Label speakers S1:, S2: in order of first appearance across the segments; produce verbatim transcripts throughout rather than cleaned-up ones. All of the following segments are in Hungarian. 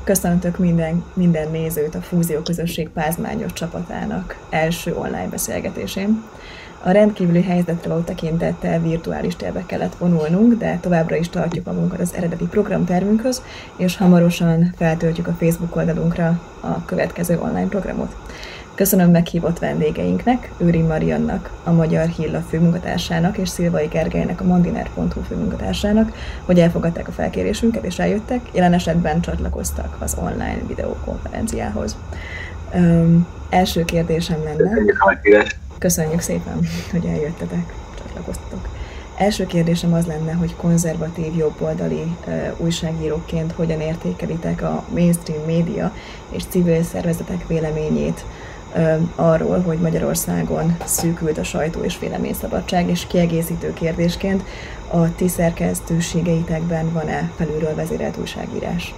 S1: Köszöntök minden, minden nézőt a Fúzió Közösség pázmányos csapatának első online beszélgetésén. A rendkívüli helyzetre való tekintettel virtuális térbe kellett vonulnunk, de továbbra is tartjuk magunkat az eredeti programtervünkhöz, és hamarosan feltöltjük a Facebook oldalunkra a következő online programot. Köszönöm meghívott vendégeinknek, Őri Mariannak, a Magyar Hilla főmunkatársának és Szilvai Gergelynek, a Mandiner pont hu főmunkatársának, hogy elfogadták a felkérésünket és eljöttek, jelen esetben csatlakoztak az online videókonferenciához. Um, első kérdésem lenne... Köszönjük szépen, hogy eljöttetek, csatlakoztatok. Első kérdésem az lenne, hogy konzervatív, jobboldali uh, újságíróként hogyan értékelitek a mainstream média és civil szervezetek véleményét uh, arról, hogy Magyarországon szűkült a sajtó és véleményszabadság, és kiegészítő kérdésként a ti szerkesztőségeitekben van-e felülről vezérelt újságírás?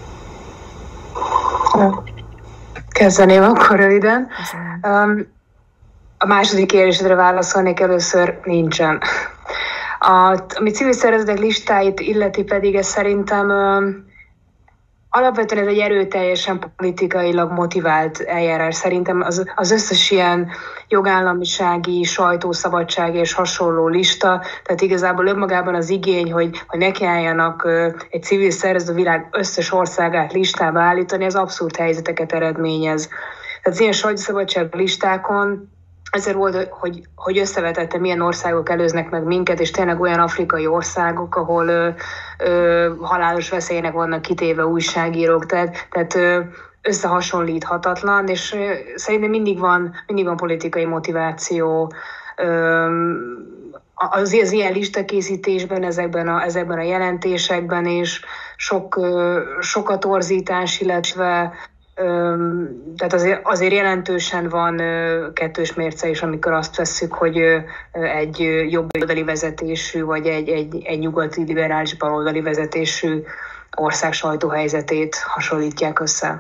S2: Kezdeném akkor röviden. Um, A második kérdésedre válaszolnék először, nincsen. A, ami civil szervezetek listáit illeti pedig, ez szerintem ö, alapvetően ez egy erőteljesen politikailag motivált eljárás. Szerintem az, az összes ilyen jogállamisági, sajtószabadság és hasonló lista, tehát igazából önmagában az igény, hogy, hogy nekiálljanak ö, egy civil szervezet a világ összes országát listába állítani, ez abszurd helyzeteket eredményez. Tehát az ilyen sajtószabadság listákon ezért volt, hogy, hogy összevetette, milyen országok előznek meg minket, és tényleg olyan afrikai országok, ahol ö, ö, halálos veszélynek vannak kitéve újságírók, tehát, tehát ö, összehasonlíthatatlan, és ö, szerintem mindig van, mindig van politikai motiváció ö, az, az ilyen listakészítésben, ezekben a, ezekben a jelentésekben, és sok, ö, sokat torzítás, illetve tehát azért, azért jelentősen van kettős mérce is, amikor azt vesszük, hogy egy jobboldali vezetésű, vagy egy, egy, egy nyugati liberális baloldali vezetésű ország sajtóhelyzetét hasonlítják össze.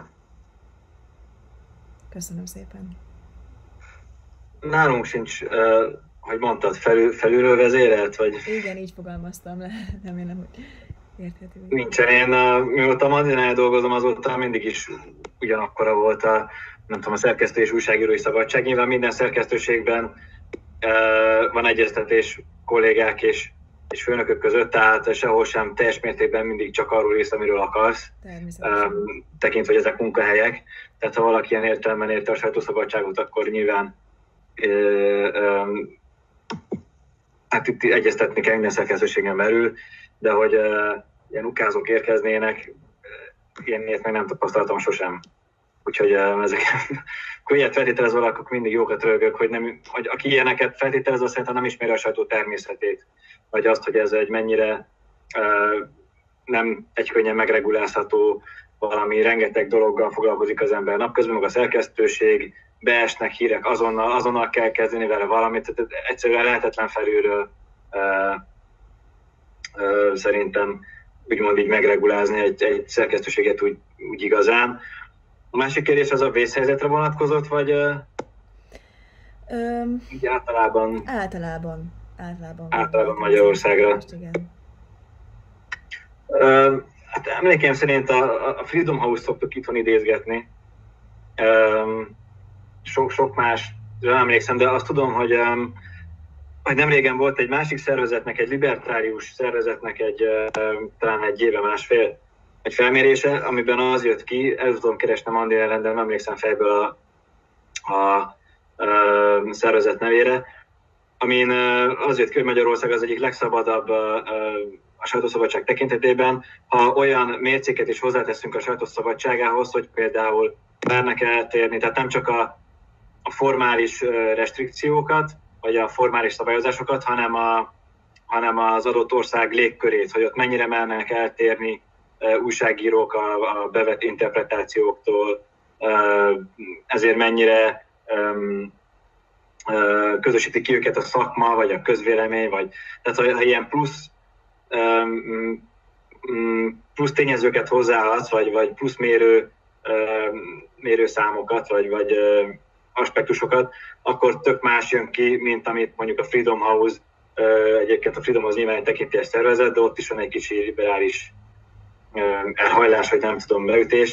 S1: Köszönöm szépen.
S3: Nálunk sincs, hogy mondtad, felül, felülről vezérelt? Vagy...
S1: Igen, így fogalmaztam le, remélem, hogy... Érthető.
S3: Nincsen. Én mióta Mandinál dolgozom, azóta mindig is ugyanakkora volt a, nem tudom, a szerkesztő és újságírói szabadság. Nyilván minden szerkesztőségben e, van egyeztetés kollégák és, és főnökök között, tehát sehol sem teljes mértékben mindig csak arról rész, amiről akarsz, e, tekintve, hogy ezek munkahelyek. Tehát ha valaki ilyen értelemben érte a sajtószabadságot, akkor nyilván e, e, hát itt egyeztetni kell minden szerkesztőségen belül, de hogy uh, ilyen ukázók érkeznének, ilyen ilyet meg nem tapasztaltam sosem. Úgyhogy uh, ezeket, akkor ilyet feltételez valaki, mindig jókat rögök, hogy, nem, hogy aki ilyeneket feltételez, azt szerintem nem ismeri a sajtó természetét, vagy azt, hogy ez egy mennyire uh, nem egy könnyen megregulázható valami, rengeteg dologgal foglalkozik az ember napközben, meg a szerkesztőség, beesnek hírek, azonnal, azonnal kell kezdeni vele valamit, tehát egyszerűen lehetetlen felülről uh, szerintem úgymond így megregulázni egy, egy szerkesztőséget úgy, úgy igazán. A másik kérdés az a vészhelyzetre vonatkozott, vagy
S1: Öm,
S3: így általában?
S1: Általában. Általában,
S3: általában Magyarországra. Öm, hát emlékeim szerint a, a Freedom House szoktuk itthon idézgetni. Öm, sok, sok más, nem emlékszem, de azt tudom, hogy öm, hogy nem régen volt egy másik szervezetnek, egy libertárius szervezetnek egy, talán egy éve, másfél, egy felmérése, amiben az jött ki, el tudom keresni Mandiner ellen, de nem emlékszem fejből a, a, a szervezet nevére, amin az jött ki, hogy Magyarország az egyik legszabadabb a sajtószabadság tekintetében, ha olyan mércéket is hozzáteszünk a sajtószabadságához, hogy például mernek eltérni, tehát nem csak a, a formális restrikciókat, vagy a formális szabályozásokat, hanem, a, hanem az adott ország légkörét, hogy ott mennyire mernek eltérni uh, újságírók a, a bevett interpretációktól, uh, ezért mennyire um, uh, közösíti ki őket a szakma, vagy a közvélemény, vagy tehát ha, ha ilyen plusz, um, um, plusz tényezőket hozzáadsz, vagy, vagy plusz mérő, um, mérőszámokat, vagy, vagy uh, aspektusokat, akkor tök más jön ki, mint amit mondjuk a Freedom House, egyébként a Freedom House nyilván egy tekintélyes szervezet, de ott is van egy kicsi liberális elhajlás, vagy nem tudom, beütés,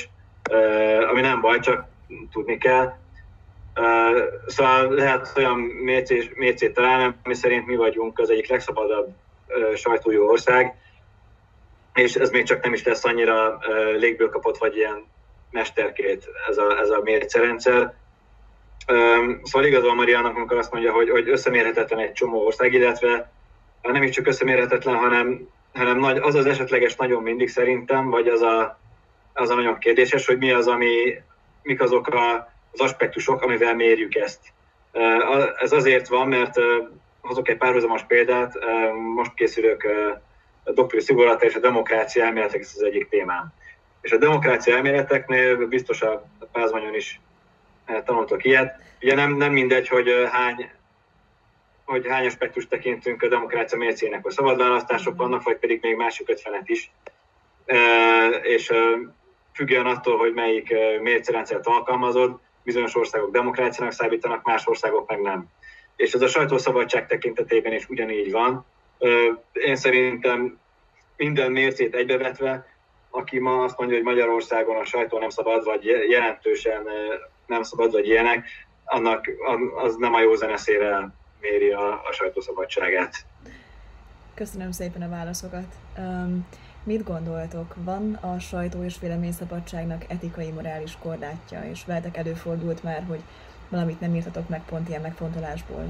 S3: ami nem baj, csak tudni kell. Szóval lehet olyan mércés, mércét találni, ami szerint mi vagyunk az egyik legszabadabb sajtójú ország, és ez még csak nem is lesz annyira légből kapott, vagy ilyen mesterkét ez a, ez a mércerendszer. Szóval igazol Mariannak, amikor azt mondja, hogy, hogy összemérhetetlen egy csomó ország, illetve nem is csak összemérhetetlen, hanem, hanem nagy, az az esetleges nagyon mindig szerintem, vagy az a, az a nagyon kérdéses, hogy mi az, ami, mik azok a, az aspektusok, amivel mérjük ezt. Ez azért van, mert hozok egy párhuzamos példát, most készülök a doktori szigorúatára és a demokrácia elméletek, ez az egyik témám. És a demokrácia elméleteknél biztos a Pázmányon is tanultok ilyet. Ugye nem, nem mindegy, hogy hány, hogy hány aspektust tekintünk a demokrácia mércének, hogy szabad választások vannak, vagy pedig még másik ötvenet is. És függően attól, hogy melyik mércérendszert alkalmazod, bizonyos országok demokráciának számítanak, más országok meg nem. És ez a sajtószabadság tekintetében is ugyanígy van. Én szerintem minden mércét egybevetve, aki ma azt mondja, hogy Magyarországon a sajtó nem szabad, vagy jelentősen nem szabad, vagy ilyenek, annak az nem a jó zeneszére méri a, a sajtószabadságát.
S1: Köszönöm szépen a válaszokat. Um, mit gondoltok, van a sajtó és véleményszabadságnak etikai, morális korlátja, és veletek előfordult már, hogy valamit nem írtatok meg pont ilyen megfontolásból?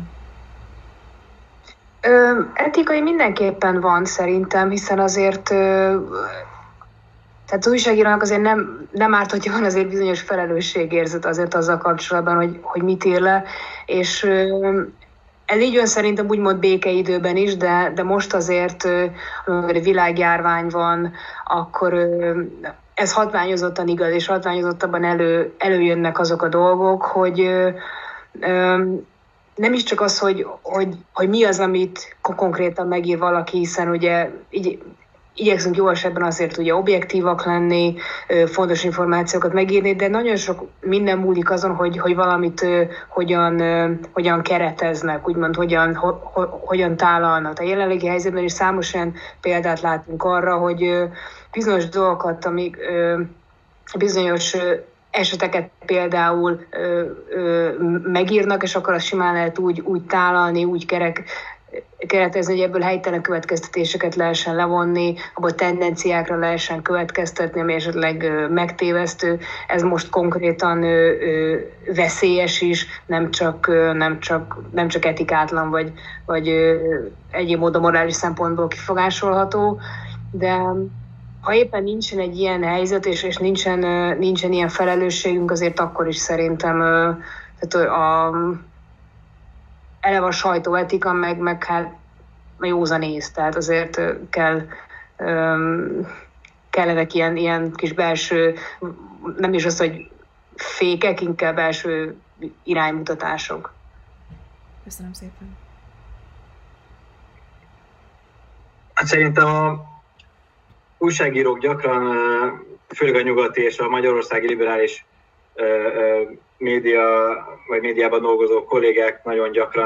S2: Ö, etikai mindenképpen van szerintem, hiszen azért ö, tehát az újságírónak azért nem, nem árt, hogyha van azért bizonyos felelősségérzet azért azzal kapcsolatban, hogy, hogy mit ír le, és ö, ez így jön szerintem úgymond békeidőben is, de, de most azért, amikor világjárvány van, akkor ö, ez hatványozottan igaz, és hatványozottabban elő, előjönnek azok a dolgok, hogy ö, ö, nem is csak az, hogy, hogy, hogy mi az, amit konkrétan megír valaki, hiszen ugye így, igyekszünk jó esetben azért ugye objektívak lenni, fontos információkat megírni, de nagyon sok minden múlik azon, hogy, hogy valamit hogyan, hogyan kereteznek, úgymond hogyan, ho, ho, hogyan tálalnak. A jelenlegi helyzetben is számos olyan példát látunk arra, hogy bizonyos dolgokat, amik bizonyos eseteket például ö, ö, megírnak, és akkor azt simán lehet úgy, úgy tálalni, úgy kerek, keretezni, hogy ebből helytelen következtetéseket lehessen levonni, abból tendenciákra lehessen következtetni, ami esetleg ö, megtévesztő. Ez most konkrétan ö, ö, veszélyes is, nem csak, ö, nem csak, nem csak etikátlan, vagy, vagy ö, egyéb módon morális szempontból kifogásolható, de ha éppen nincsen egy ilyen helyzet, és, és nincsen, nincsen ilyen felelősségünk, azért akkor is szerintem tehát a, eleve a sajtóetika, meg, meg hát a józanész, tehát azért kell, kellenek ilyen, ilyen kis belső, nem is az, hogy fékek, inkább belső iránymutatások.
S1: Köszönöm szépen.
S3: Hát szerintem a újságírók gyakran, főleg a nyugati és a magyarországi liberális média, vagy médiában dolgozó kollégák nagyon gyakran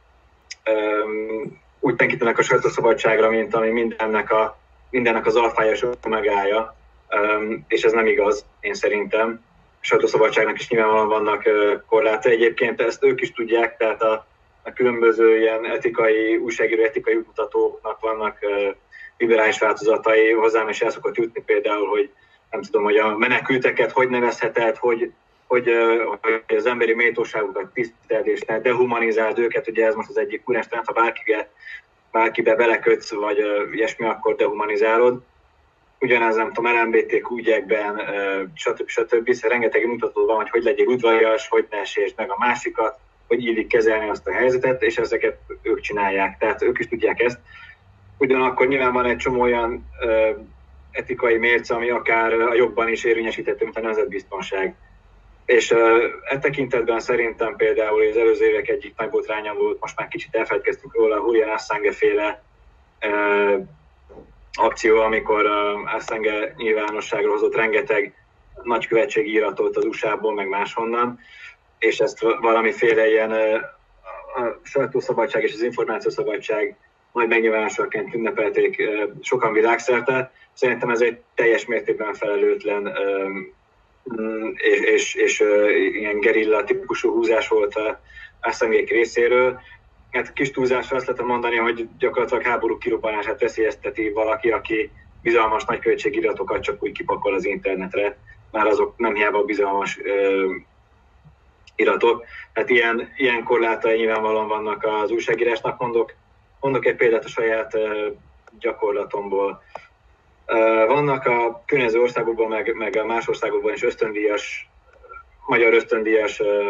S3: úgy tekintenek a sajtószabadságra, mint ami mindennek, a, mindennek az alfája és omegája, és ez nem igaz, én szerintem. A sajtószabadságnak is nyilvánvalóan vannak korlátai. Egyébként ezt ők is tudják, tehát a, a különböző ilyen etikai, újságíró etikai útmutatóknak vannak liberális változatai. Hozzám is el szokott jutni például, hogy nem tudom, hogy a menekülteket hogy nevezheted, hogy, hogy, hogy az emberi méltóságukat tiszteld és ne dehumanizáld őket, ugye ez most az egyik kurás trend, ha bárkibe, bárkibe belekötsz, vagy ilyesmi, akkor dehumanizálod. Ugyanez nem tudom, el em bé té kú ügyekben, stb. stb. Rengeteg mutató van, hogy hogy legyél udvarias, hogy ne sértsd meg a másikat, hogy illik kezelni azt a helyzetet, és ezeket ők csinálják, tehát ők is tudják ezt. Ugyanakkor nyilván van egy csomó olyan ö, etikai mérce, ami akár a jogban is érvényesíthető, mint a nemzetbiztonság. És ö, e tekintetben szerintem például az előző évek egyik nagy botránya volt, most már kicsit elfelejtkeztünk róla, a Julian Assange féle ö, akció, amikor uh, Assange nyilvánosságra hozott rengeteg nagykövetségi iratot az u es á-ból, meg máshonnan, és ezt valamiféle ilyen uh, a sajtószabadság és az információszabadság majd megnyilvánosulásként ünnepelték uh, sokan világszerte. Szerintem ez egy teljes mértékben felelőtlen uh, és, és, és ilyen gerilla típusú húzás volt a es en gé részéről. Hát kis túlzásra azt lehet mondani, hogy gyakorlatilag háború kirobbanását veszélyezteti valaki, aki bizalmas nagyköltségiratokat csak úgy kipakol az internetre, már azok nem hiába bizalmas ö, iratok. Hát ilyen, ilyen korlátai nyilvánvalóan vannak az újságírásnak. Mondok, mondok egy példát a saját ö, gyakorlatomból. Ö, vannak a környező országokban, meg, meg a más országokban is ösztöndíjas, magyar ösztöndíjas ö,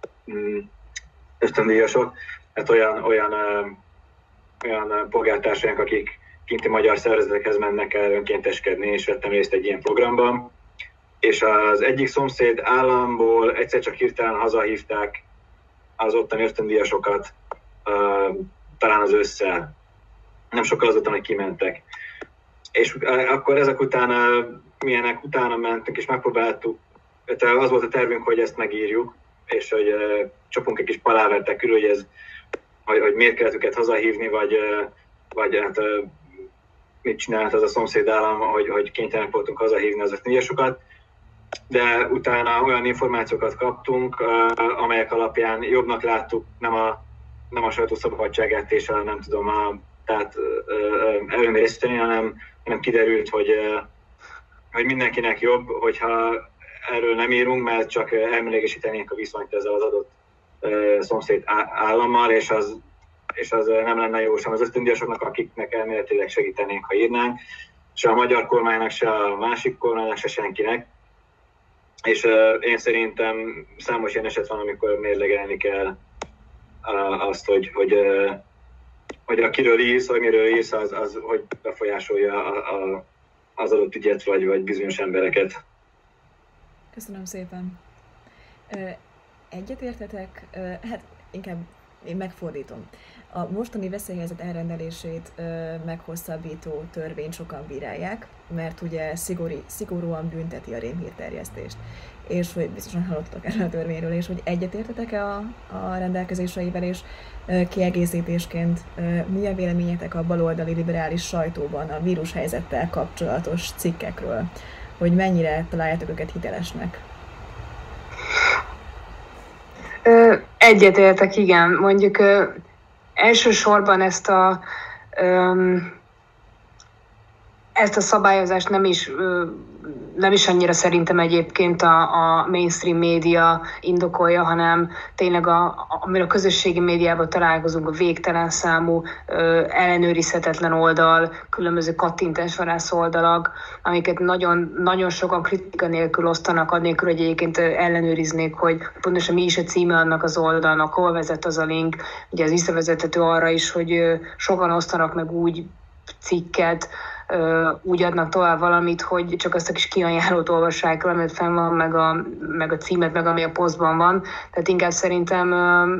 S3: ösztöndíjasok, hát olyan, olyan, ö, olyan polgártársaink, akik kinti magyar szervezetekhez mennek el önkénteskedni, és vettem részt egy ilyen programban. És az egyik szomszéd államból egyszer csak hirtelen hazahívták az ottani ösztöndíjasokat, uh, talán az ősszel. Nem sokkal azután, hogy kimentek. És uh, akkor ezek után, uh, milyenek utána mentünk, és megpróbáltuk, az volt a tervünk, hogy ezt megírjuk, és hogy uh, csapunk egy kis palávertek körül, hogy, ez, hogy, hogy miért kellett őket hazahívni, vagy, uh, vagy hát, uh, mit csinált az a szomszéd állam, hogy, hogy kénytelenek voltunk hazahívni az ösztöndíjasokat. De utána olyan információkat kaptunk, amelyek alapján jobbnak láttuk nem a, nem a sajtószabadságát és a, nem tudom, a, tehát előmérészteni, hanem, hanem kiderült, hogy, hogy mindenkinek jobb, hogyha erről nem írunk, mert csak elmélegesítenénk a viszonyt ezzel az adott szomszéd állammal, és az, és az nem lenne jó sem az ösztöndíjasoknak, akiknek elméletileg segítenénk, ha írnánk, se a magyar kormánynak, se a másik kormánynak, se senkinek. És uh, én szerintem számos ilyen eset van, amikor mérlegelni kell uh, azt, hogy, hogy, uh, hogy akiről írsz, vagy miről írsz, az, az hogy befolyásolja a, a, az adott ügyet, vagy, vagy bizonyos embereket.
S1: Köszönöm szépen. Egyetértetek, hát inkább én megfordítom. A mostani veszélyhelyzet elrendelését ö, meghosszabbító törvényt sokan bírálják, mert ugye szigori, szigorúan bünteti a rémhírterjesztést. És hogy biztosan hallottak erről a törvényről, és hogy egyetértetek-e a, a rendelkezéseivel, és ö, kiegészítésként ö, mi a véleményetek a baloldali liberális sajtóban a vírushelyzettel kapcsolatos cikkekről, hogy mennyire találjátok őket hitelesnek?
S2: Ö, egyetértek, igen. Mondjuk ö, elsősorban ezt a, öm, ezt a szabályozást nem is, ö, nem is annyira szerintem egyébként a, a mainstream média indokolja, hanem tényleg a, amiről a közösségi médiában találkozunk, a végtelen számú ö, ellenőrizhetetlen oldal, különböző kattintásvarász oldalak, amiket nagyon, nagyon sokan kritika nélkül osztanak, annélkül, hogy egyébként ellenőriznék, hogy pontosan mi is a címe annak az oldalnak, hol vezet az a link. Ugye ez visszavezethető arra is, hogy ö, sokan osztanak meg úgy cikket, úgy adnak tovább valamit, hogy csak azt a kis kiajánlót olvassák el, amit fenn van, meg a, meg a címet, meg ami a posztban van. Tehát inkább szerintem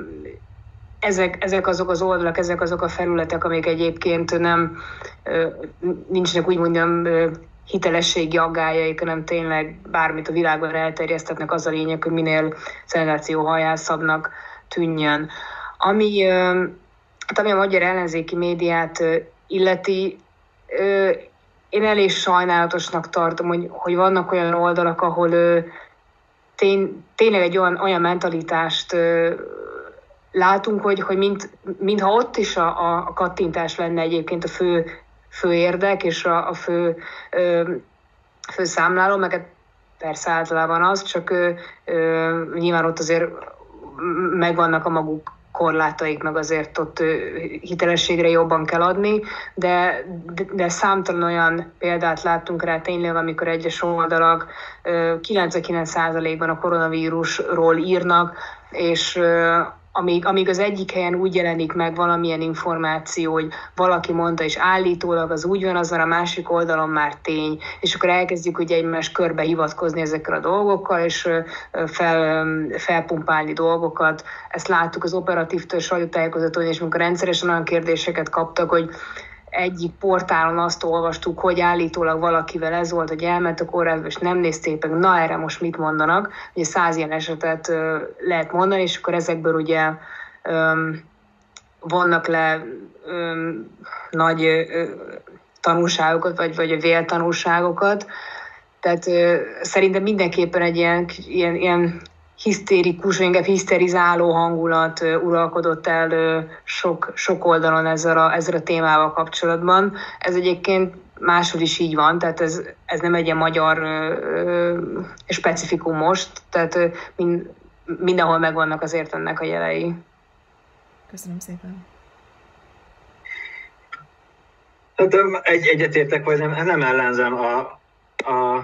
S2: ezek, ezek azok az oldalak, ezek azok a felületek, amik egyébként nem nincsenek úgy mondjam hitelességi aggájaik, hanem tényleg bármit a világban elterjesztetnek, az a lényeg, hogy minél szenzációhajászabbnak tűnjön. Ami, ami a magyar ellenzéki médiát illeti, Ö, én elég sajnálatosnak tartom, hogy, hogy vannak olyan oldalak, ahol ö, tény, tényleg egy olyan, olyan mentalitást ö, látunk, hogy, hogy mint, mintha ott is a, a kattintás lenne egyébként a fő, fő érdek és a, a fő, ö, fő számláló, meg persze általában az, csak ö, ö, nyilván ott azért megvannak a maguk korlátaik, meg azért ott hitelességre jobban kell adni, de, de, de számtalan olyan példát láttunk rá tényleg, amikor egyes oldalak kilencvenkilenc százalékban a koronavírusról írnak, és amíg, amíg az egyik helyen úgy jelenik meg valamilyen információ, hogy valaki mondta, és állítólag az úgy van, azon a másik oldalon már tény, és akkor elkezdjük ugye egymás körbe hivatkozni ezekkel a dolgokkal, és fel, felpumpálni dolgokat. Ezt láttuk az operatív sajtótájékozaton, és amikor rendszeresen olyan kérdéseket kaptak, hogy egyik portálon azt olvastuk, hogy állítólag valakivel ez volt, hogy elment a kórházba, és nem nézték meg, na erre most mit mondanak. Ugye száz ilyen esetet ö, lehet mondani, és akkor ezekből ugye ö, vannak le ö, nagy ö, tanulságokat, vagy, vagy véltanulságokat. Tehát szerintem mindenképpen egy ilyen, ilyen, ilyen hisztérikus, vagy inkább hiszterizáló hangulat uralkodott el sok, sok oldalon ezzel a, ezzel a témával kapcsolatban. Ez egyébként máshol is így van, tehát ez, ez nem egy ilyen magyar ö, specifikum most, tehát ö, mind, mindenhol megvannak azért ennek a jelei.
S1: Köszönöm szépen.
S3: Hát egy, egyetértek, vagy nem, nem ellenzem a, a,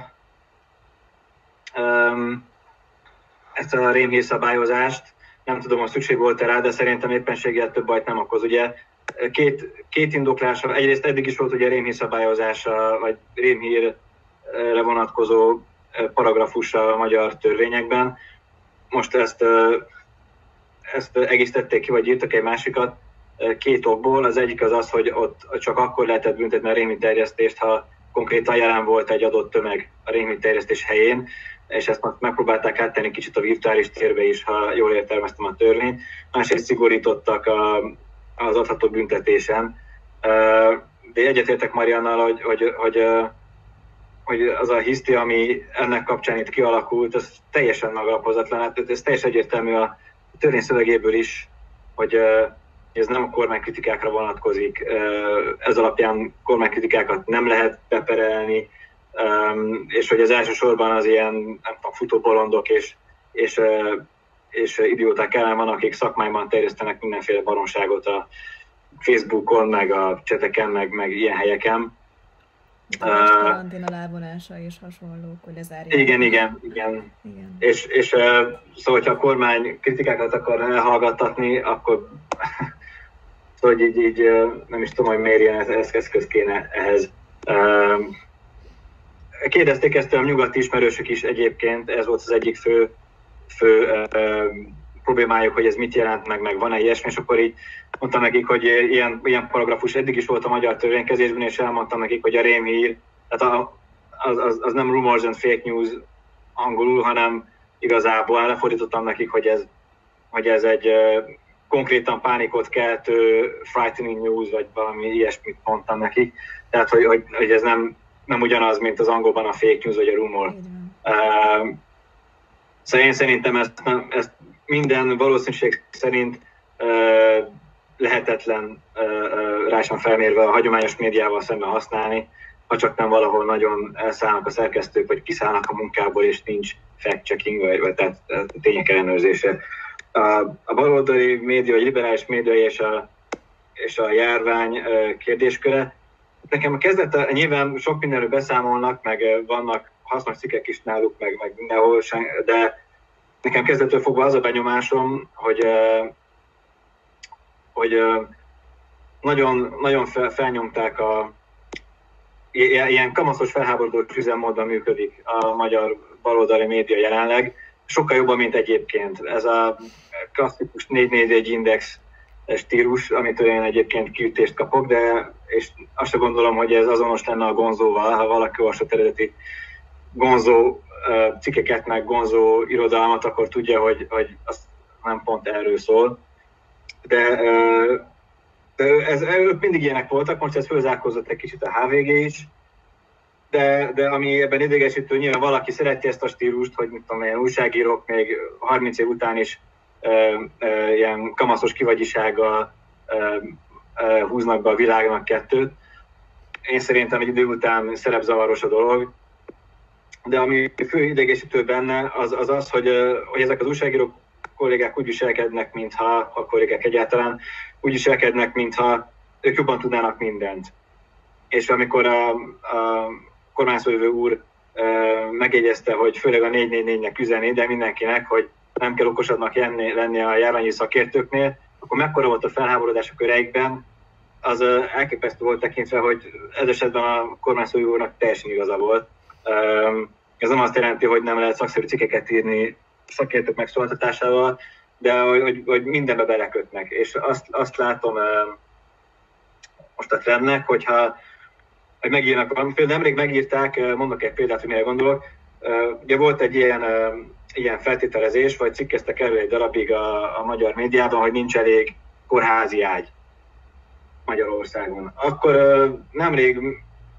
S3: um, ezt a rémhír szabályozást. Nem tudom, hogy szükség volt rá, de szerintem éppenséggel több bajt nem okoz. Ugye két, két indoklása, egyrészt eddig is volt ugye rémhír szabályozása, vagy rémhírre vonatkozó paragrafus a magyar törvényekben. Most ezt, ezt egészítették ki, vagy írtak egy másikat két okból. Az egyik az az, hogy ott csak akkor lehetett büntetni a rémhírterjesztést, ha konkrétan jelen volt egy adott tömeg a rémhírterjesztés helyén, és ezt megpróbálták áttenni kicsit a virtuális térbe is, ha jól értelmeztem a törvényt. Másrészt szigorítottak a, az adható büntetésen. De egyetértek Mariannal, hogy, hogy, hogy, hogy az a hiszti, ami ennek kapcsán itt kialakult, az teljesen megalapozatlan. Hát ez teljesen egyértelmű a törvény szövegéből is, hogy ez nem a kormánykritikákra vonatkozik. Ez alapján kormánykritikákat nem lehet beperelni, és hogy az elsősorban az ilyen, nem tudom, futóbolondok és, és, és idióták ellen van, akik szakmányban terjesztenek mindenféle baromságot a Facebookon, meg a cseteken, meg, meg ilyen helyeken.
S1: A karantén alávonása és hasonlók, hogy lezárják.
S3: Igen, igen, igen. igen. És, és szóval, hogyha a kormány kritikákat akar elhallgattatni, akkor szóval így, így nem is tudom, hogy miért ilyen eszköz kéne ehhez. Kérdezték ezt a nyugati ismerősök is egyébként, ez volt az egyik fő, fő uh, problémájuk, hogy ez mit jelent, meg, meg van-e ilyesmi, és akkor így mondtam nekik, hogy ilyen, ilyen paragrafus eddig is volt a magyar törvénykezésben, és elmondtam nekik, hogy a rémhír, tehát az, az, az nem rumors and fake news angolul, hanem igazából lefordítottam nekik, hogy ez, hogy ez egy uh, konkrétan pánikot keltő frightening news, vagy valami ilyesmit mondtam nekik, tehát hogy, hogy, hogy ez nem nem ugyanaz, mint az angolban a fake news vagy a rumor. Uh, szóval én szerintem ezt, ezt minden valószínűség szerint uh, lehetetlen uh, rá sem felmérve a hagyományos médiával szemben használni, ha csak nem valahol nagyon elszállnak a szerkesztők, vagy kiszállnak a munkából, és nincs fact-checking, vagy, vagy tehát tények ellenőrzése. Uh, a baloldali média, vagy liberális média és a, és a járvány uh, kérdésköre, nekem a kezdete, nyilván sok mindenről beszámolnak, meg vannak hasznos cikkek is náluk, meg, meg mindenhol, de nekem kezdettől fogva az a benyomásom, hogy, hogy nagyon, nagyon fel, felnyomták a ilyen kamaszos felháborodó üzemmódban működik a magyar baloldali média jelenleg, sokkal jobban, mint egyébként. Ez a klasszikus négy négy egy index stílus, amitől én egyébként kiütést kapok, de és azt sem gondolom, hogy ez azonos lenne a Gonzóval, ha valaki olvasott eredeti Gonzó cikkeket, meg Gonzó irodalmat, akkor tudja, hogy, hogy az nem pont erről szól. De, de ez, ők mindig ilyenek voltak, most ez fölzárkózott egy kicsit a há vé gé is, de, de ami ebben idegesítő, nyilván valaki szereti ezt a stílust, hogy mit tudom, ilyen újságírók még harminc év után is Uh, uh, ilyen kamaszos kivagyisággal uh, uh, húznak be a világnak kettőt. Én szerintem egy idő után szerepzavaros a dolog, de ami fő idegesítő benne, az az, az hogy, uh, hogy ezek az újságírók kollégák úgy viselkednek, mintha a kollégák egyáltalán úgy viselkednek, mintha ők jobban tudnának mindent. És amikor a, a kormányfővő úr uh, megjegyezte, hogy főleg a négy négy négynek üzeni, de mindenkinek, hogy nem kell okosabbnak lenni, lenni a járványi szakértőknél, akkor mekkora volt a felháborodás a köreikben, az elképesztő volt tekintve, hogy ez esetben a kormányfővő úrnak teljesen igaza volt. Ez nem azt jelenti, hogy nem lehet szakszerű cikkeket írni szakértők megszólaltatásával, de hogy, hogy mindenbe belekötnek. És azt, azt látom most a trendnek, hogyha hogy megírnak, például nemrég megírták, mondok egy példát, hogy mire gondolok, ugye volt egy ilyen ilyen feltételezés, vagy cikkeztek elő egy darabig a, a magyar médiában, hogy nincs elég kórházi ágy Magyarországon. Akkor nemrég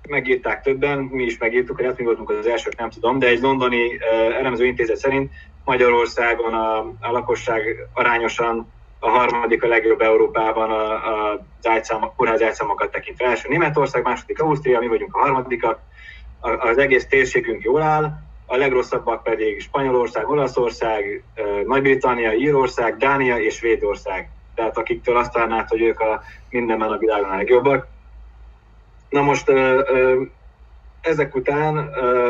S3: megírták többen, mi is megírtuk, hogy mi voltunk az elsők, nem tudom, de egy londoni elemzőintézet szerint Magyarországon a, a lakosság arányosan a harmadik a legjobb Európában a, a zájtszámok, kórház zájtszámokat tekintve. Első Németország, második Ausztria, mi vagyunk a harmadikak, az egész térségünk jól áll, a legrosszabbak pedig Spanyolország, Olaszország, Nagy-Britannia, Írország, Dánia és Svédország. Tehát akiktől azt várnád, hogy ők a mindenben a világon a legjobbak. Na most ezek után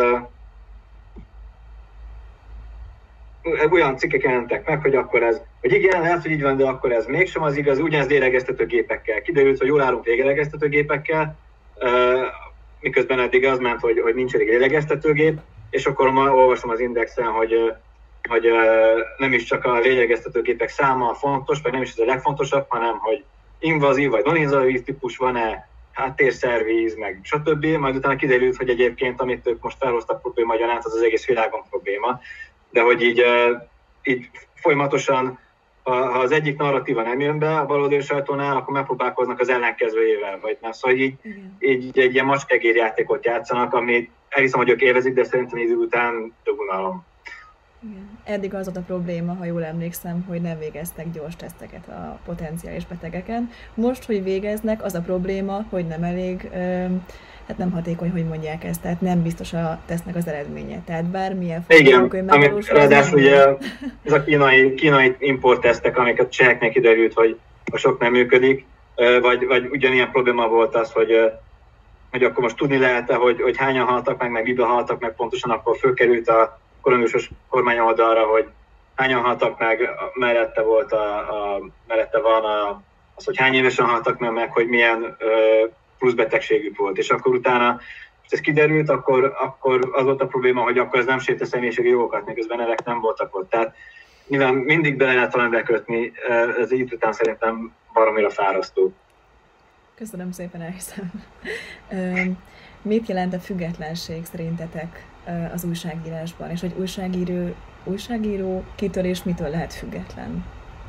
S3: olyan cikkek jelentek meg, hogy akkor ez, hogy igen, lehet, hogy így van, de akkor ez mégsem az igaz, ugyanez lélegeztetőgépekkel. Kiderült, hogy jól állunk lélegeztetőgépekkel, miközben eddig az ment, hogy, hogy nincs elég lélegeztetőgép, és akkor ma olvasom az Indexen, hogy, hogy nem is csak a lélegeztetőgépek száma fontos, vagy nem is ez a legfontosabb, hanem hogy invazív vagy non-invazív típus van-e, háttérszervíz, meg stb. Majd utána kiderült, hogy egyébként, amit ők most felhoztak probléma gyanánt, az az egész világon probléma. De hogy így, így folyamatosan, ha az egyik narratíva nem jön be a baloldali sajtónál, akkor megpróbálkoznak az ellenkezőjével, vagy nem. Szóval így, így egy ilyen macskegérjátékot játszanak, ami elhiszem, hogy ők élvezik, de szerintem idő után több unalom.
S1: Igen. Eddig az volt a probléma, ha jól emlékszem, hogy nem végeztek gyors teszteket a potenciális betegeken. Most, hogy végeznek, az a probléma, hogy nem elég, hát nem hatékony, hogy mondják ezt, tehát nem biztos a tesztnek az eredménye. Tehát bármilyen
S3: forgatókönyv megvalósul. Ráadásul ugye ez a kínai, kínai import tesztek, amiket cseheknek kiderült, hogy a sok nem működik, vagy, vagy ugyanilyen probléma volt az, hogy, hogy akkor most tudni lehet-e, hogy, hogy hányan haltak meg, meg mibe haltak meg, pontosan akkor fölkerült a koronavírusos kormány oldalra, hogy hányan haltak meg, mellette volt a, a mellette van a, az, hogy hány évesen haltak meg, meg hogy milyen ö, plusz betegségük volt. És akkor utána, most ez kiderült, akkor, akkor az volt a probléma, hogy akkor ez nem sérte személyiségi jogokat, miközben ezek nem voltak ott. Tehát nyilván mindig bele lehet talán bekötni, ez így után szerintem baromira fárasztó.
S1: Köszönöm szépen, elhiszem. Mit jelent a függetlenség szerintetek az újságírásban, és hogy újságíró, újságíró kitől és mitől lehet független?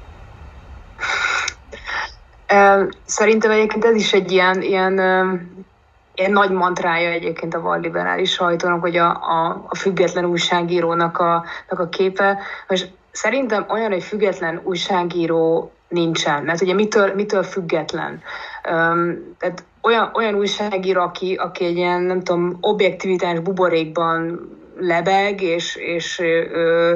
S2: Szerintem egyébként ez is egy ilyen, ilyen, ilyen nagy mantrája egyébként a balliberális sajtónak, hogy a, a, a független újságírónak a, a képe. Most szerintem olyan, hogy független újságíró nincsen, mert ugye mitől, mitől független? Um, tehát olyan, olyan újságíró, aki, aki egy ilyen, nem tudom, objektivitás buborékban lebeg, és, és ö,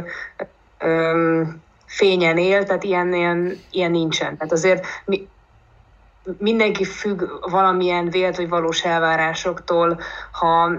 S2: ö, fényen él, tehát ilyen, ilyen, ilyen nincsen. Tehát azért mi, mindenki függ valamilyen vélt vagy valós elvárásoktól, ha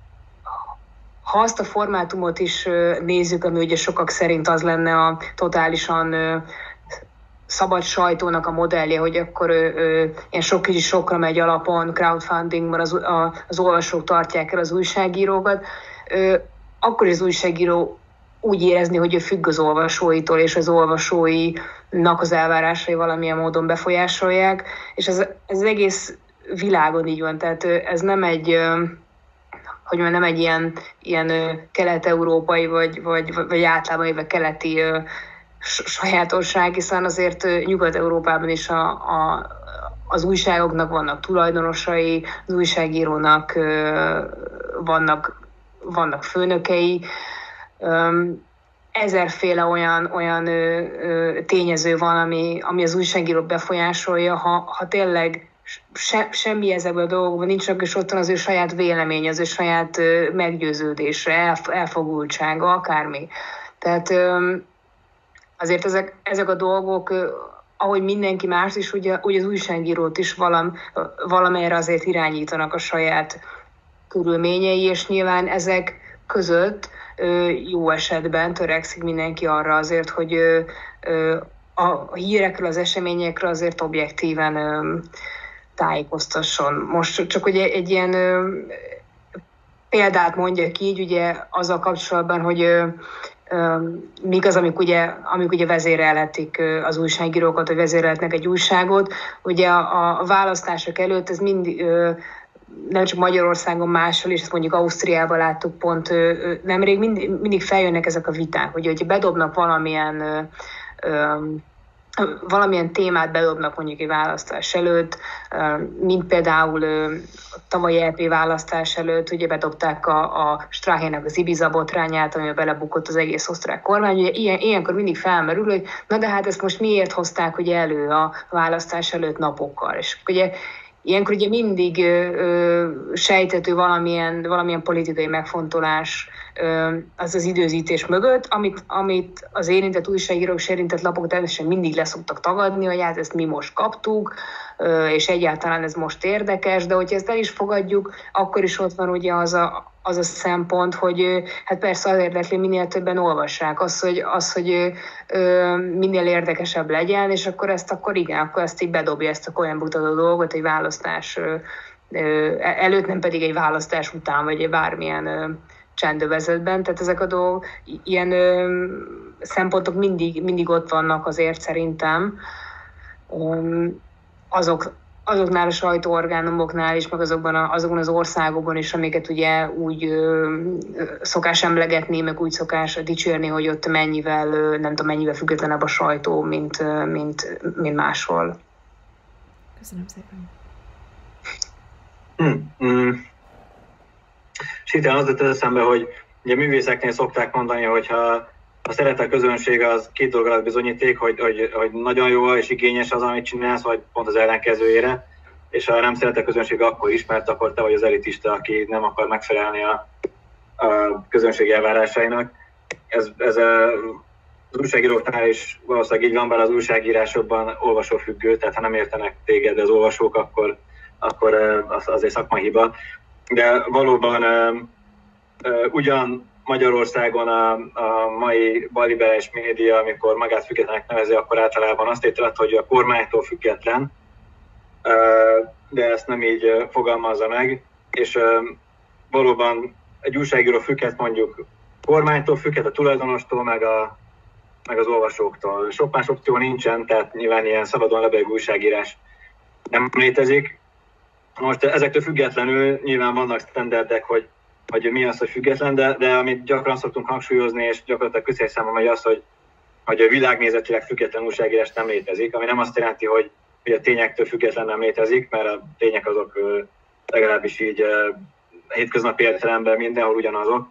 S2: Ha azt a formátumot is nézzük, ami ugye sokak szerint az lenne a totálisan szabad sajtónak a modellje, hogy akkor ő, ő, ilyen sok kicsi sokra megy alapon, crowdfundingban az, a, az olvasók tartják el az újságírókat, ő, akkor az újságíró úgy érezni, hogy ő függ az olvasóitól, és az olvasóinak az elvárásai valamilyen módon befolyásolják, és ez, ez az egész világon így van, tehát ez nem egy... hogy nem egy ilyen, ilyen kelet-európai, vagy, vagy, vagy általában éve keleti ö, sajátosság, hiszen azért Nyugat-Európában is a, a, az újságoknak vannak tulajdonosai, az újságírónak ö, vannak, vannak főnökei. Ö, ezerféle olyan, olyan ö, ö, tényező van, ami, ami az újságírót befolyásolja, ha, ha tényleg Se, semmi ezekből a dolgokban nincs, és ott van az ő saját vélemény, az ő saját ö, meggyőződése, elf, elfogultsága, akármi. Tehát ö, azért ezek, ezek a dolgok, ö, ahogy mindenki más is, ugye, ugye az újságírót is valam, valamelyre azért irányítanak a saját körülményei, és nyilván ezek között ö, jó esetben törekszik mindenki arra azért, hogy ö, ö, a hírekről, az eseményekről azért objektíven ö, tájékoztasson. Most csak ugye egy ilyen ö, példát mondjak így, ugye azzal kapcsolatban, hogy ö, ö, mik az, amik ugye, amik ugye vezérelhetik ö, az újságírókat, vagy vezérelhetnek egy újságot. Ugye a, a választások előtt ez mindig, ö, nem csak Magyarországon, máshol is, ezt mondjuk Ausztriában láttuk pont, ö, ö, nemrég mindig, mindig feljönnek ezek a viták, hogy, hogy bedobnak valamilyen ö, ö, valamilyen témát bedobnak mondjuk egy választás előtt, mint például a tavalyi é pé választás előtt, ugye bedobták a, a Strahének az Ibiza botrányát, amiben belebukott az egész osztrák kormány. Ugye ilyen, ilyenkor mindig felmerül, hogy na de hát ezt most miért hozták ugye elő a választás előtt napokkal. És ugye ilyenkor ugye mindig ö, ö, sejtető valamilyen, valamilyen politikai megfontolás ö, az az időzítés mögött, amit, amit az érintett újságírók és érintett lapok természetesen mindig leszoktak tagadni, hogy hát ezt mi most kaptuk, ö, és egyáltalán ez most érdekes, de hogyha ezt el is fogadjuk, akkor is ott van ugye az a, az a szempont, hogy hát persze az érdekli, minél többen olvassák, az, hogy, az, hogy ö, minél érdekesebb legyen, és akkor ezt akkor igen, akkor ezt így bedobja ezt a olyan butató dolgot egy választás ö, ö, előtt, nem pedig egy választás után, vagy egy bármilyen ö, csendövezetben. Tehát ezek a dolgok, ilyen ö, szempontok mindig, mindig ott vannak azért szerintem. Ö, azok azoknál a sajtóorgánumoknál is, meg azokban a, azokban az országokban is, amiket ugye úgy ö, szokás emlegetni, meg úgy szokás dicsérni, hogy ott mennyivel, ö, nem tudom, mennyivel függetlenebb a sajtó, mint, ö, mint, mint máshol.
S1: Köszönöm szépen.
S3: Hmm, hmm. És itt az jut eszembe, hogy ugye művészeknél szokták mondani, hogy ha ha szeret a közönség, az két dolog bizonyíték, hogy, hogy, hogy nagyon jó és igényes az, amit csinálsz, vagy pont az ellenkezőjére, és ha nem szeret a közönség, akkor is, mert akkor te vagy az elitista, aki nem akar megfelelni a, a közönség elvárásainak. Ez, ez az újságíróknál is valószínűleg így van, bár az újságírásokban olvasófüggő, tehát ha nem értenek téged az olvasók, akkor, akkor az azért szakmai hiba. De valóban ugyan Magyarországon a, a mai balliberális média, amikor magát függetlenek nevezi, akkor általában azt értelett, hogy a kormánytól független, de ezt nem így fogalmazza meg, és valóban egy újságíró függet mondjuk kormánytól, függet a tulajdonostól, meg, a, meg az olvasóktól. Sok más opció nincsen, tehát nyilván ilyen szabadon lebegő újságírás nem létezik. Most ezektől függetlenül nyilván vannak standardek, hogy hogy mi az, hogy független, de, de amit gyakran szoktunk hangsúlyozni, és gyakorlatilag közhelyszámon megy az, hogy, hogy a világnézetileg független újságírás nem létezik, ami nem azt jelenti, hogy, hogy a tényektől független nem létezik, mert a tények azok legalábbis így hétköznapi értelemben mindenhol ugyanazok.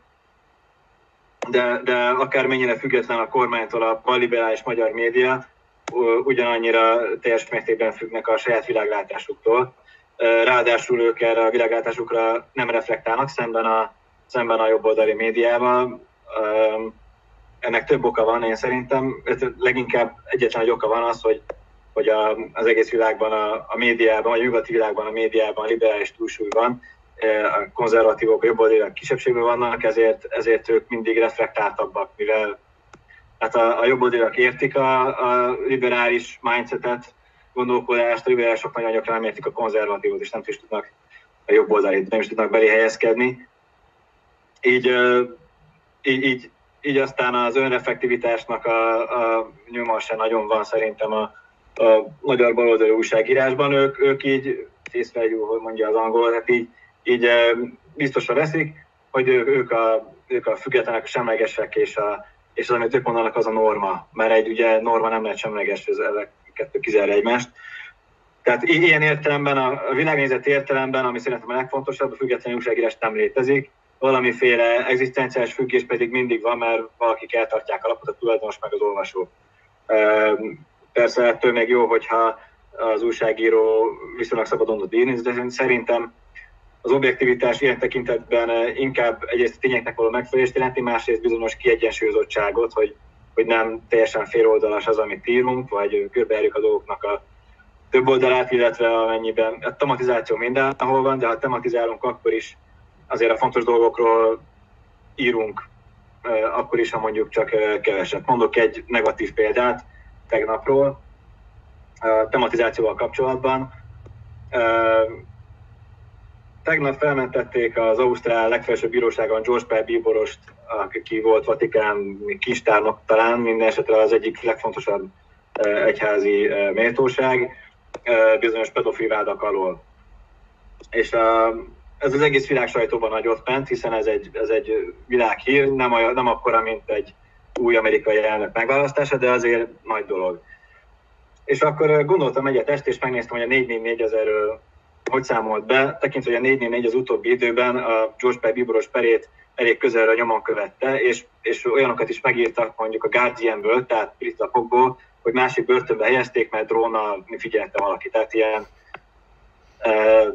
S3: De, de akármennyire független a kormánytól a balliberális magyar média, ugyanannyira teljes mértékben függnek a saját világlátásuktól. Ráadásul ők erre a világlátásukra nem reflektálnak szemben a, szemben a jobboldali médiával. Ennek több oka van, én szerintem. Leginkább egyetlen egy oka van az, hogy, hogy a, az egész világban, a, a médiában, a nyugati világban, a médiában a liberális túlsúly van, a konzervatívok, a jobboldaliak kisebbségben vannak, ezért, ezért ők mindig reflektáltabbak, mivel hát a, a jobboldaliak értik a, a liberális mindsetet, gondolkodást, a liberálisok nagyon gyakran nem értik a konzervatívot, és nem is tudnak a jobb oldalit, nem is tudnak belé helyezkedni. Így, így, így, így aztán az önreflektivitásnak a, a nyoma se nagyon van szerintem a, a magyar baloldali újságírásban. Ők, ők így, észreveljük, hogy mondja az angol, hát így, így biztosra veszik, hogy ők, ők, a, ők a függetlenek, a semlegesek, és, a, és az, amit ők mondanak, az a norma. Mert egy ugye norma nem lehet semleges, ezek kettő kizárja egymást. Tehát ilyen értelemben, a világnézeti értelemben, ami szerintem a legfontosabb, a független újságírás nem létezik. Valamiféle egzisztenciális függés pedig mindig van, mert valakik eltartják a lapot, a tulajdonos meg az olvasó. Persze ettől még jó, hogyha az újságíró viszonylag szabadon tud írni, de szerintem az objektivitás ilyen tekintetben inkább egyrészt a tényeknek való megfelelést jelenti, másrészt bizonyos kiegyensúlyozottságot, hogy hogy nem teljesen féloldalas az, amit írunk, vagy körbejárjuk a dolgoknak a több oldalát, illetve amennyiben a tematizáció mindenhol van, de ha tematizálunk, akkor is azért a fontos dolgokról írunk, akkor is, ha mondjuk csak keveset. Mondok egy negatív példát tegnapról, a tematizációval kapcsolatban. Tegnap felmentették az Ausztrál legfelsőbb bíróságon George Pell bíborost, aki volt Vatikán kistárnok talán, minden esetre az egyik legfontosabb egyházi méltóság, bizonyos pedofil vádak alól. És a, ez az egész világ sajtóban nagy ott ment, hiszen ez egy, ez egy világhír, nem, nem akkora, mint egy új amerikai elnök megválasztása, de azért nagy dolog. és akkor gondoltam egyet este, és megnéztem, hogy a négy négy négy az erről hogy számolt be, tekintve, hogy a négy négy négy az utóbbi időben a George Pell bíboros perét elég közelről nyomon követte, és, és olyanokat is megírtak mondjuk a Guardianből, tehát brit lapokból, hogy másik börtönbe helyezték, mert drónnal figyelte valaki. Tehát ilyen e,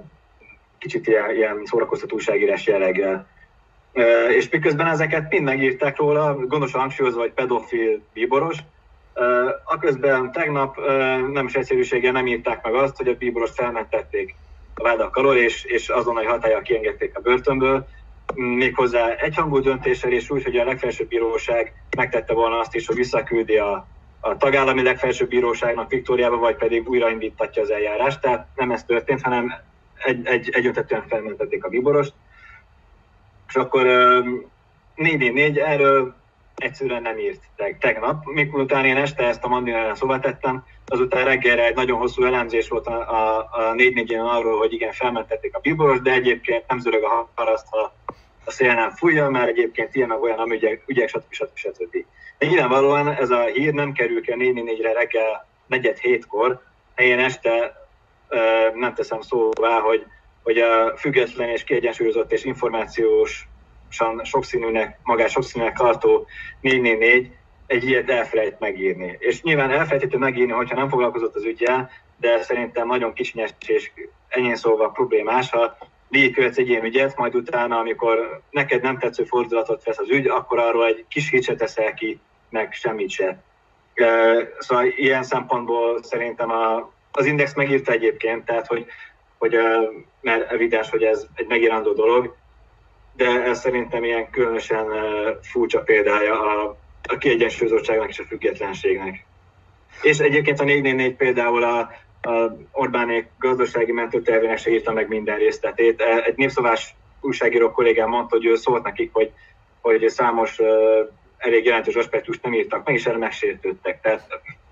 S3: kicsit ilyen, ilyen szórakoztató újságírás jelleggel. E, és miközben ezeket mind megírták róla, gondosan hangsúlyozva, hogy pedofil bíboros, e, aközben tegnap e, nem is egyszerűséggel nem írták meg azt, hogy a bíborost felmentették a vádak alól, és, és azonnali hatállyal kiengedték a börtönből, méghozzá egyhangú döntéssel, és úgy, hogy a legfelsőbb bíróság megtette volna azt is, hogy visszaküldi a, a tagállami legfelsőbb bíróságnak Viktóriába, vagy pedig újraindítatja az eljárást. Tehát nem ez történt, hanem egy, egy, egyöntetően felmentették a bíborost. És akkor négy négy négy erről egyszerűen nem írt tegnap. Még utána én este ezt a Mandinál szóvá tettem, azután reggelre egy nagyon hosszú elemzés volt a, a, a négy négy négyen arról, hogy igen, felmentették a bíborost, de egyébként nem zörög a paraszt, ha a szél nem fújja, mert egyébként ilyen meg olyan ügyek, ügyek stb. stb. stb. De nyilvánvalóan ez a hír nem kerül ki a négy négy négyre reggel negyed hétkor, helyén este nem teszem szóvá, hogy, hogy a független és kiegyensúlyozott és információsan sokszínűnek, magát sokszínűnek tartó négy négy négy egy ilyet elfelejt megírni. És nyilván elfelejthető megírni, hogyha nem foglalkozott az üggyel, de szerintem nagyon kicsinyes és enyhén szólva problémás, ha végigkövetsz egy ilyen ügyet, majd utána, amikor neked nem tetsző fordulatot vesz az ügy, akkor arról egy kis hírt se teszel ki, meg semmit se. Szóval ilyen szempontból szerintem a, az Index megírta egyébként, tehát hogy, hogy mert evidens, hogy ez egy megírandó dolog, de ez szerintem ilyen különösen furcsa példája a, a kiegyensúlyozottságnak és a függetlenségnek. És egyébként a négy négy négy például a, a Orbánék gazdasági mentőtervének se írta meg minden részletét. Egy népszavás újságíró kollégám mondta, hogy ő szólt nekik, hogy, hogy számos uh, elég jelentős aspektust nem írtak meg, és erre megsértődtek. Tehát,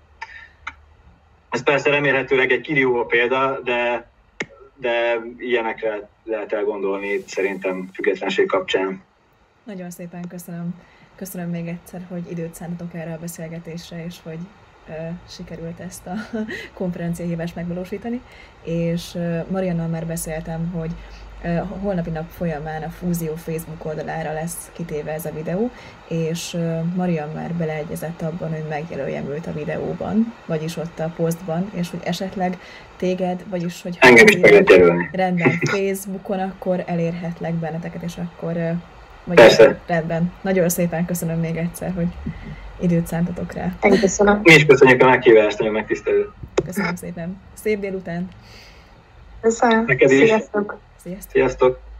S3: ez persze remélhetőleg egy kirívó példa, de, de ilyenekre lehet elgondolni itt szerintem függetlenség kapcsán.
S1: Nagyon szépen köszönöm. Köszönöm még egyszer, hogy időt szántatok erre a beszélgetésre, és hogy uh, sikerült ezt a konferenciahívást megvalósítani. És uh, Mariannal már beszéltem, hogy uh, holnapi nap folyamán a Fúzió Facebook oldalára lesz kitéve ez a videó, és uh, Marian már beleegyezett abban, hogy megjelöljem őt a videóban, vagyis ott a posztban, és hogy esetleg téged, vagyis hogy
S3: engem is meg lehet jelölni.
S1: Rendben, Facebookon, akkor elérhetlek benneteket, és akkor uh, vagy
S3: persze.
S1: Rendben. Nagyon szépen köszönöm még egyszer, hogy időt szántatok rá.
S2: Köszönöm.
S3: Mi is köszönjük a meghívást, nagyon megtisztelő.
S1: Köszönöm szépen. Szép délután.
S2: Köszönöm.
S3: Neked is.
S2: Sziasztok.
S1: Sziasztok.
S3: Sziasztok.